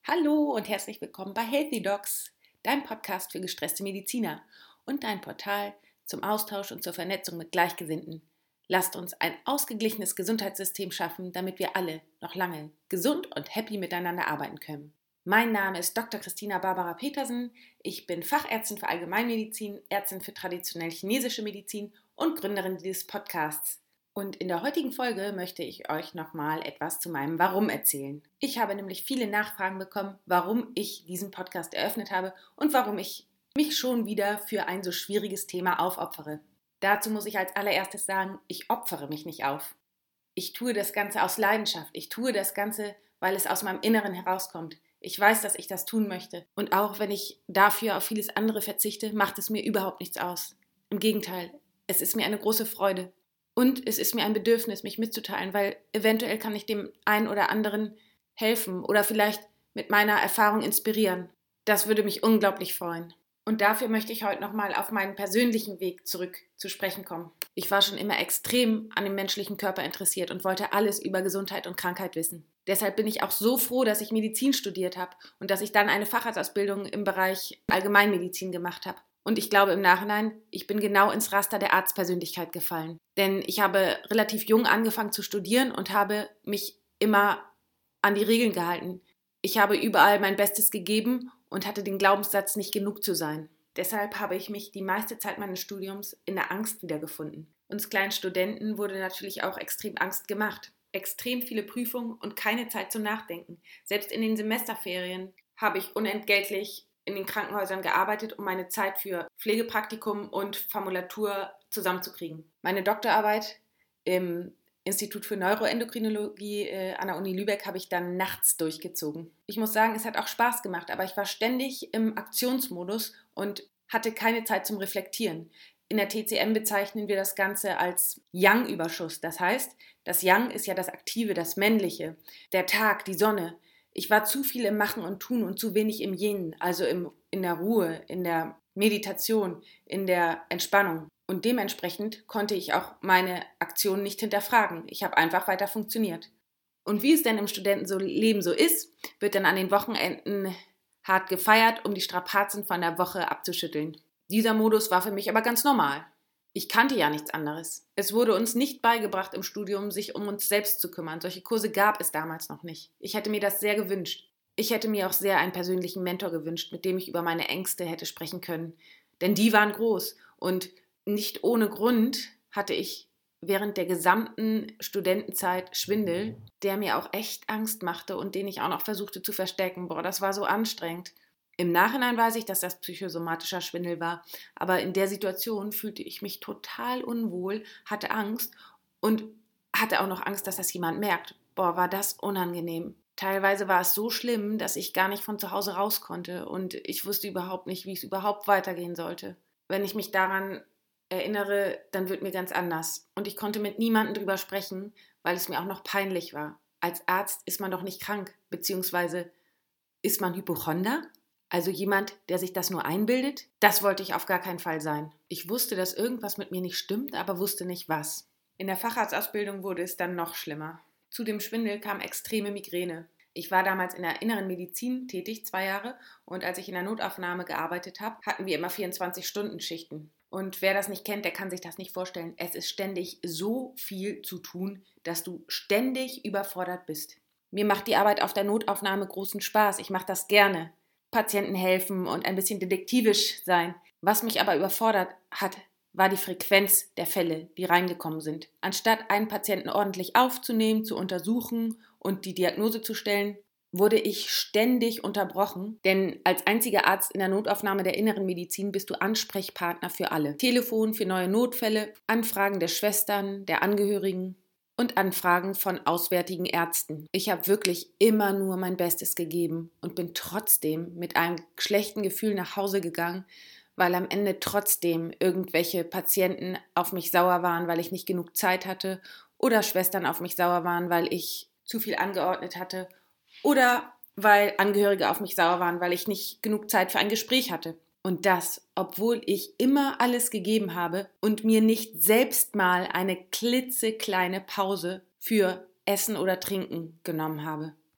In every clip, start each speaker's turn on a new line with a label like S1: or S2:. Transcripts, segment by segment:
S1: Hallo und herzlich willkommen bei Healthy Docs, dein Podcast für gestresste Mediziner und dein Portal zum Austausch und zur Vernetzung mit Gleichgesinnten. Lasst uns ein ausgeglichenes Gesundheitssystem schaffen, damit wir alle noch lange gesund und happy miteinander arbeiten können. Mein Name ist Dr. Christina Barbara Petersen. Ich bin Fachärztin für Allgemeinmedizin, Ärztin für traditionell chinesische Medizin und Gründerin dieses Podcasts. Und in der heutigen Folge möchte ich euch nochmal etwas zu meinem Warum erzählen. Ich habe nämlich viele Nachfragen bekommen, warum ich diesen Podcast eröffnet habe und warum ich mich schon wieder für ein so schwieriges Thema aufopfere. Dazu muss ich als allererstes sagen, ich opfere mich nicht auf. Ich tue das Ganze aus Leidenschaft. Ich tue das Ganze, weil es aus meinem Inneren herauskommt. Ich weiß, dass ich das tun möchte. Und auch wenn ich dafür auf vieles andere verzichte, macht es mir überhaupt nichts aus. Im Gegenteil, es ist mir eine große Freude. Und es ist mir ein Bedürfnis, mich mitzuteilen, weil eventuell kann ich dem einen oder anderen helfen oder vielleicht mit meiner Erfahrung inspirieren. Das würde mich unglaublich freuen. Und dafür möchte ich heute nochmal auf meinen persönlichen Weg zurück zu sprechen kommen. Ich war schon immer extrem an dem menschlichen Körper interessiert und wollte alles über Gesundheit und Krankheit wissen. Deshalb bin ich auch so froh, dass ich Medizin studiert habe und dass ich dann eine Facharztausbildung im Bereich Allgemeinmedizin gemacht habe. Und ich glaube im Nachhinein, ich bin genau ins Raster der Arztpersönlichkeit gefallen. Denn ich habe relativ jung angefangen zu studieren und habe mich immer an die Regeln gehalten. Ich habe überall mein Bestes gegeben und hatte den Glaubenssatz, nicht genug zu sein. Deshalb habe ich mich die meiste Zeit meines Studiums in der Angst wiedergefunden. Uns kleinen Studenten wurde natürlich auch extrem Angst gemacht. Extrem viele Prüfungen und keine Zeit zum Nachdenken. Selbst in den Semesterferien habe ich unentgeltlich in den Krankenhäusern gearbeitet, um meine Zeit für Pflegepraktikum und Formulatur zusammenzukriegen. Meine Doktorarbeit im Institut für Neuroendokrinologie an der Uni Lübeck habe ich dann nachts durchgezogen. Ich muss sagen, es hat auch Spaß gemacht, aber ich war ständig im Aktionsmodus und hatte keine Zeit zum Reflektieren. In der TCM bezeichnen wir das Ganze als Yang-Überschuss. Das heißt, das Yang ist ja das Aktive, das Männliche, der Tag, die Sonne. Ich war zu viel im Machen und Tun und zu wenig im Yin, also in der Ruhe, in der Meditation, in der Entspannung. Und dementsprechend konnte ich auch meine Aktionen nicht hinterfragen. Ich habe einfach weiter funktioniert. Und wie es denn im Studentenleben so ist, wird dann an den Wochenenden hart gefeiert, um die Strapazen von der Woche abzuschütteln. Dieser Modus war für mich aber ganz normal. Ich kannte ja nichts anderes. Es wurde uns nicht beigebracht im Studium, sich um uns selbst zu kümmern. Solche Kurse gab es damals noch nicht. Ich hätte mir das sehr gewünscht. Ich hätte mir auch sehr einen persönlichen Mentor gewünscht, mit dem ich über meine Ängste hätte sprechen können. Denn die waren groß. Und nicht ohne Grund hatte ich während der gesamten Studentenzeit Schwindel, der mir auch echt Angst machte und den ich auch noch versuchte zu verstecken. Boah, das war so anstrengend. Im Nachhinein weiß ich, dass das psychosomatischer Schwindel war, aber in der Situation fühlte ich mich total unwohl, hatte Angst und hatte auch noch Angst, dass das jemand merkt. Boah, war das unangenehm. Teilweise war es so schlimm, dass ich gar nicht von zu Hause raus konnte und ich wusste überhaupt nicht, wie es überhaupt weitergehen sollte. Wenn ich mich daran erinnere, dann wird mir ganz anders. Und ich konnte mit niemandem drüber sprechen, weil es mir auch noch peinlich war. Als Arzt ist man doch nicht krank, beziehungsweise ist man Hypochonder? Also jemand, der sich das nur einbildet? Das wollte ich auf gar keinen Fall sein. Ich wusste, dass irgendwas mit mir nicht stimmt, aber wusste nicht was. In der Facharztausbildung wurde es dann noch schlimmer. Zu dem Schwindel kam extreme Migräne. Ich war damals in der inneren Medizin tätig, 2 Jahre, und als ich in der Notaufnahme gearbeitet habe, hatten wir immer 24-Stunden-Schichten. Und wer das nicht kennt, der kann sich das nicht vorstellen. Es ist ständig so viel zu tun, dass du ständig überfordert bist. Mir macht die Arbeit auf der Notaufnahme großen Spaß. Ich mache das gerne. Patienten helfen und ein bisschen detektivisch sein. Was mich aber überfordert hat, war die Frequenz der Fälle, die reingekommen sind. Anstatt einen Patienten ordentlich aufzunehmen, zu untersuchen und die Diagnose zu stellen, wurde ich ständig unterbrochen, denn als einziger Arzt in der Notaufnahme der inneren Medizin bist du Ansprechpartner für alle. Telefon für neue Notfälle, Anfragen der Schwestern, der Angehörigen und Anfragen von auswärtigen Ärzten. Ich habe wirklich immer nur mein Bestes gegeben und bin trotzdem mit einem schlechten Gefühl nach Hause gegangen, weil am Ende trotzdem irgendwelche Patienten auf mich sauer waren, weil ich nicht genug Zeit hatte oder Schwestern auf mich sauer waren, weil ich zu viel angeordnet hatte oder weil Angehörige auf mich sauer waren, weil ich nicht genug Zeit für ein Gespräch hatte. Und das, obwohl ich immer alles gegeben habe und mir nicht selbst mal eine klitzekleine Pause für Essen oder Trinken genommen habe.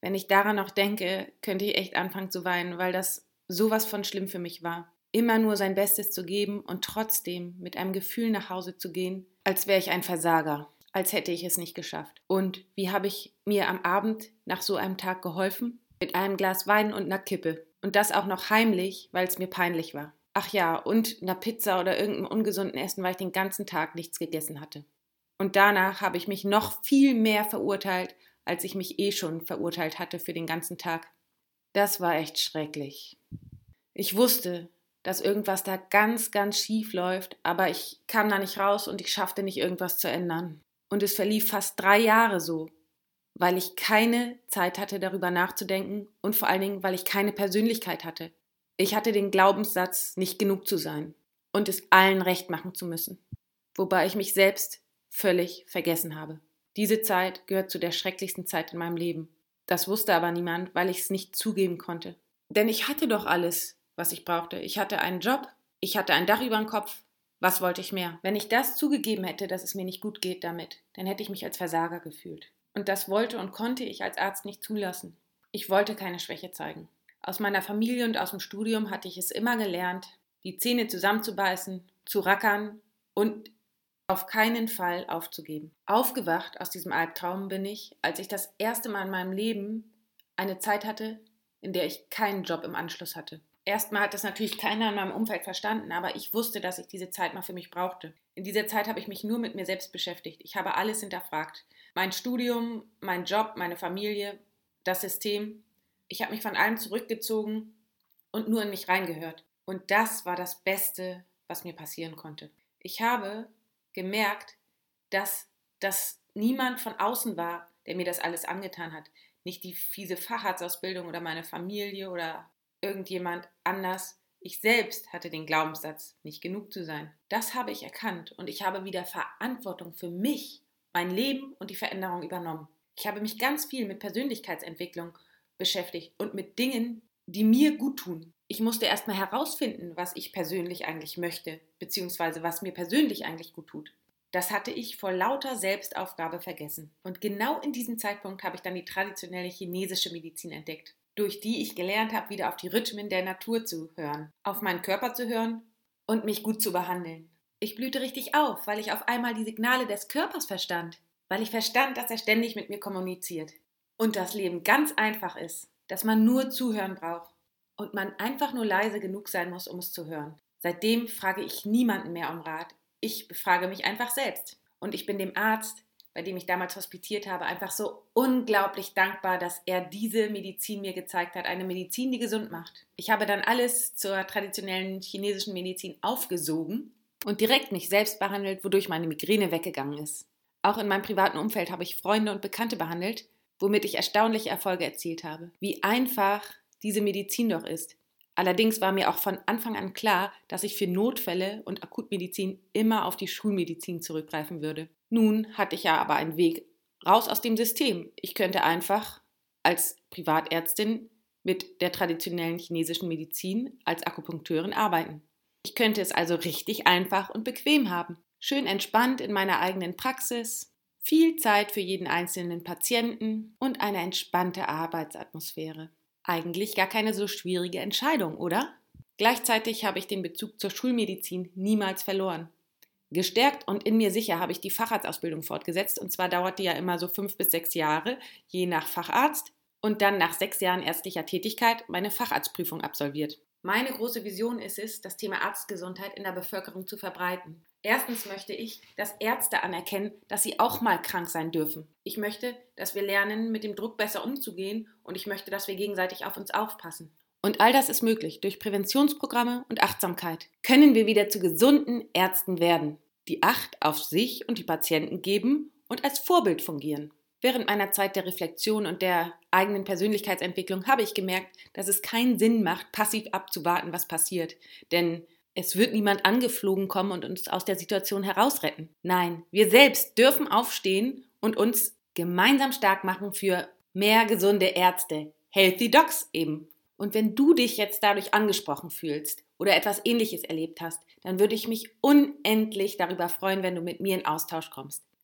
S1: Wenn ich daran noch denke, könnte ich echt anfangen zu weinen, weil das sowas von schlimm für mich war. Immer nur sein Bestes zu geben und trotzdem mit einem Gefühl nach Hause zu gehen, als wäre ich ein Versager, als hätte ich es nicht geschafft. Und wie habe ich mir am Abend nach so einem Tag geholfen? Mit einem Glas Wein und einer Kippe. Und das auch noch heimlich, weil es mir peinlich war. Ach ja, und einer Pizza oder irgendeinem ungesunden Essen, weil ich den ganzen Tag nichts gegessen hatte. Und danach habe ich mich noch viel mehr verurteilt, als ich mich schon verurteilt hatte für den ganzen Tag. Das war echt schrecklich. Ich wusste, dass irgendwas da ganz, ganz schief läuft, aber ich kam da nicht raus und ich schaffte nicht, irgendwas zu ändern. Und es verlief fast 3 Jahre so, weil ich keine Zeit hatte, darüber nachzudenken und vor allen Dingen, weil ich keine Persönlichkeit hatte. Ich hatte den Glaubenssatz, nicht genug zu sein und es allen recht machen zu müssen, wobei ich mich selbst völlig vergessen habe. Diese Zeit gehört zu der schrecklichsten Zeit in meinem Leben. Das wusste aber niemand, weil ich es nicht zugeben konnte. Denn ich hatte doch alles, was ich brauchte. Ich hatte einen Job, ich hatte ein Dach über dem Kopf. Was wollte ich mehr? Wenn ich das zugegeben hätte, dass es mir nicht gut geht damit, dann hätte ich mich als Versager gefühlt. Und das wollte und konnte ich als Arzt nicht zulassen. Ich wollte keine Schwäche zeigen. Aus meiner Familie und aus dem Studium hatte ich es immer gelernt, die Zähne zusammenzubeißen, zu rackern und auf keinen Fall aufzugeben. Aufgewacht aus diesem Albtraum bin ich, als ich das erste Mal in meinem Leben eine Zeit hatte, in der ich keinen Job im Anschluss hatte. Erstmal hat das natürlich keiner in meinem Umfeld verstanden, aber ich wusste, dass ich diese Zeit mal für mich brauchte. In dieser Zeit habe ich mich nur mit mir selbst beschäftigt. Ich habe alles hinterfragt. Mein Studium, mein Job, meine Familie, das System. Ich habe mich von allem zurückgezogen und nur in mich reingehört. Und das war das Beste, was mir passieren konnte. Ich habe gemerkt, dass das niemand von außen war, der mir das alles angetan hat. Nicht die fiese Facharztausbildung oder meine Familie oder irgendjemand anders. Ich selbst hatte den Glaubenssatz, nicht genug zu sein. Das habe ich erkannt und ich habe wieder Verantwortung für mich, mein Leben und die Veränderung übernommen. Ich habe mich ganz viel mit Persönlichkeitsentwicklung beschäftigt und mit Dingen, die mir gut tun. Ich musste erstmal herausfinden, was ich persönlich eigentlich möchte, beziehungsweise was mir persönlich eigentlich gut tut. Das hatte ich vor lauter Selbstaufgabe vergessen. Und genau in diesem Zeitpunkt habe ich dann die traditionelle chinesische Medizin entdeckt, durch die ich gelernt habe, wieder auf die Rhythmen der Natur zu hören, auf meinen Körper zu hören und mich gut zu behandeln. Ich blühte richtig auf, weil ich auf einmal die Signale des Körpers verstand, weil ich verstand, dass er ständig mit mir kommuniziert. Und das Leben ganz einfach ist, dass man nur zuhören braucht und man einfach nur leise genug sein muss, um es zu hören. Seitdem frage ich niemanden mehr um Rat. Ich befrage mich einfach selbst. Und ich bin dem Arzt, bei dem ich damals hospitiert habe, einfach so unglaublich dankbar, dass er diese Medizin mir gezeigt hat. Eine Medizin, die gesund macht. Ich habe dann alles zur traditionellen chinesischen Medizin aufgesogen und direkt mich selbst behandelt, wodurch meine Migräne weggegangen ist. Auch in meinem privaten Umfeld habe ich Freunde und Bekannte behandelt, womit ich erstaunliche Erfolge erzielt habe. Wie einfach diese Medizin doch ist. Allerdings war mir auch von Anfang an klar, dass ich für Notfälle und Akutmedizin immer auf die Schulmedizin zurückgreifen würde. Nun hatte ich ja aber einen Weg raus aus dem System. Ich könnte einfach als Privatärztin mit der traditionellen chinesischen Medizin als Akupunkteurin arbeiten. Ich könnte es also richtig einfach und bequem haben. Schön entspannt in meiner eigenen Praxis, viel Zeit für jeden einzelnen Patienten und eine entspannte Arbeitsatmosphäre. Eigentlich gar keine so schwierige Entscheidung, oder? Gleichzeitig habe ich den Bezug zur Schulmedizin niemals verloren. Gestärkt und in mir sicher habe ich die Facharztausbildung fortgesetzt, und zwar dauert die ja immer so 5 bis 6 Jahre, je nach Facharzt, und dann nach 6 Jahren ärztlicher Tätigkeit meine Facharztprüfung absolviert. Meine große Vision ist es, das Thema Arztgesundheit in der Bevölkerung zu verbreiten. Erstens möchte ich, dass Ärzte anerkennen, dass sie auch mal krank sein dürfen. Ich möchte, dass wir lernen, mit dem Druck besser umzugehen, und ich möchte, dass wir gegenseitig auf uns aufpassen. Und all das ist möglich durch Präventionsprogramme und Achtsamkeit. Können wir wieder zu gesunden Ärzten werden, die Acht auf sich und die Patienten geben und als Vorbild fungieren. Während meiner Zeit der Reflexion und der eigenen Persönlichkeitsentwicklung habe ich gemerkt, dass es keinen Sinn macht, passiv abzuwarten, was passiert. Denn es wird niemand angeflogen kommen und uns aus der Situation herausretten. Nein, wir selbst dürfen aufstehen und uns gemeinsam stark machen für mehr gesunde Ärzte. Healthy Docs eben. Und wenn du dich jetzt dadurch angesprochen fühlst oder etwas Ähnliches erlebt hast, dann würde ich mich unendlich darüber freuen, wenn du mit mir in Austausch kommst.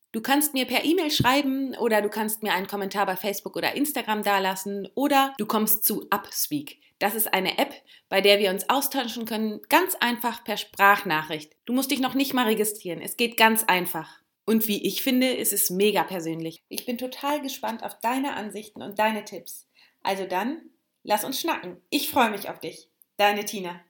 S1: Du kannst mir per E-Mail schreiben oder du kannst mir einen Kommentar bei Facebook oder Instagram dalassen oder du kommst zu Upspeak. Das ist eine App, bei der wir uns austauschen können, ganz einfach per Sprachnachricht. Du musst dich noch nicht mal registrieren, es geht ganz einfach. Und wie ich finde, ist es mega persönlich. Ich bin total gespannt auf deine Ansichten und deine Tipps. Also dann, lass uns schnacken. Ich freue mich auf dich. Deine Tina.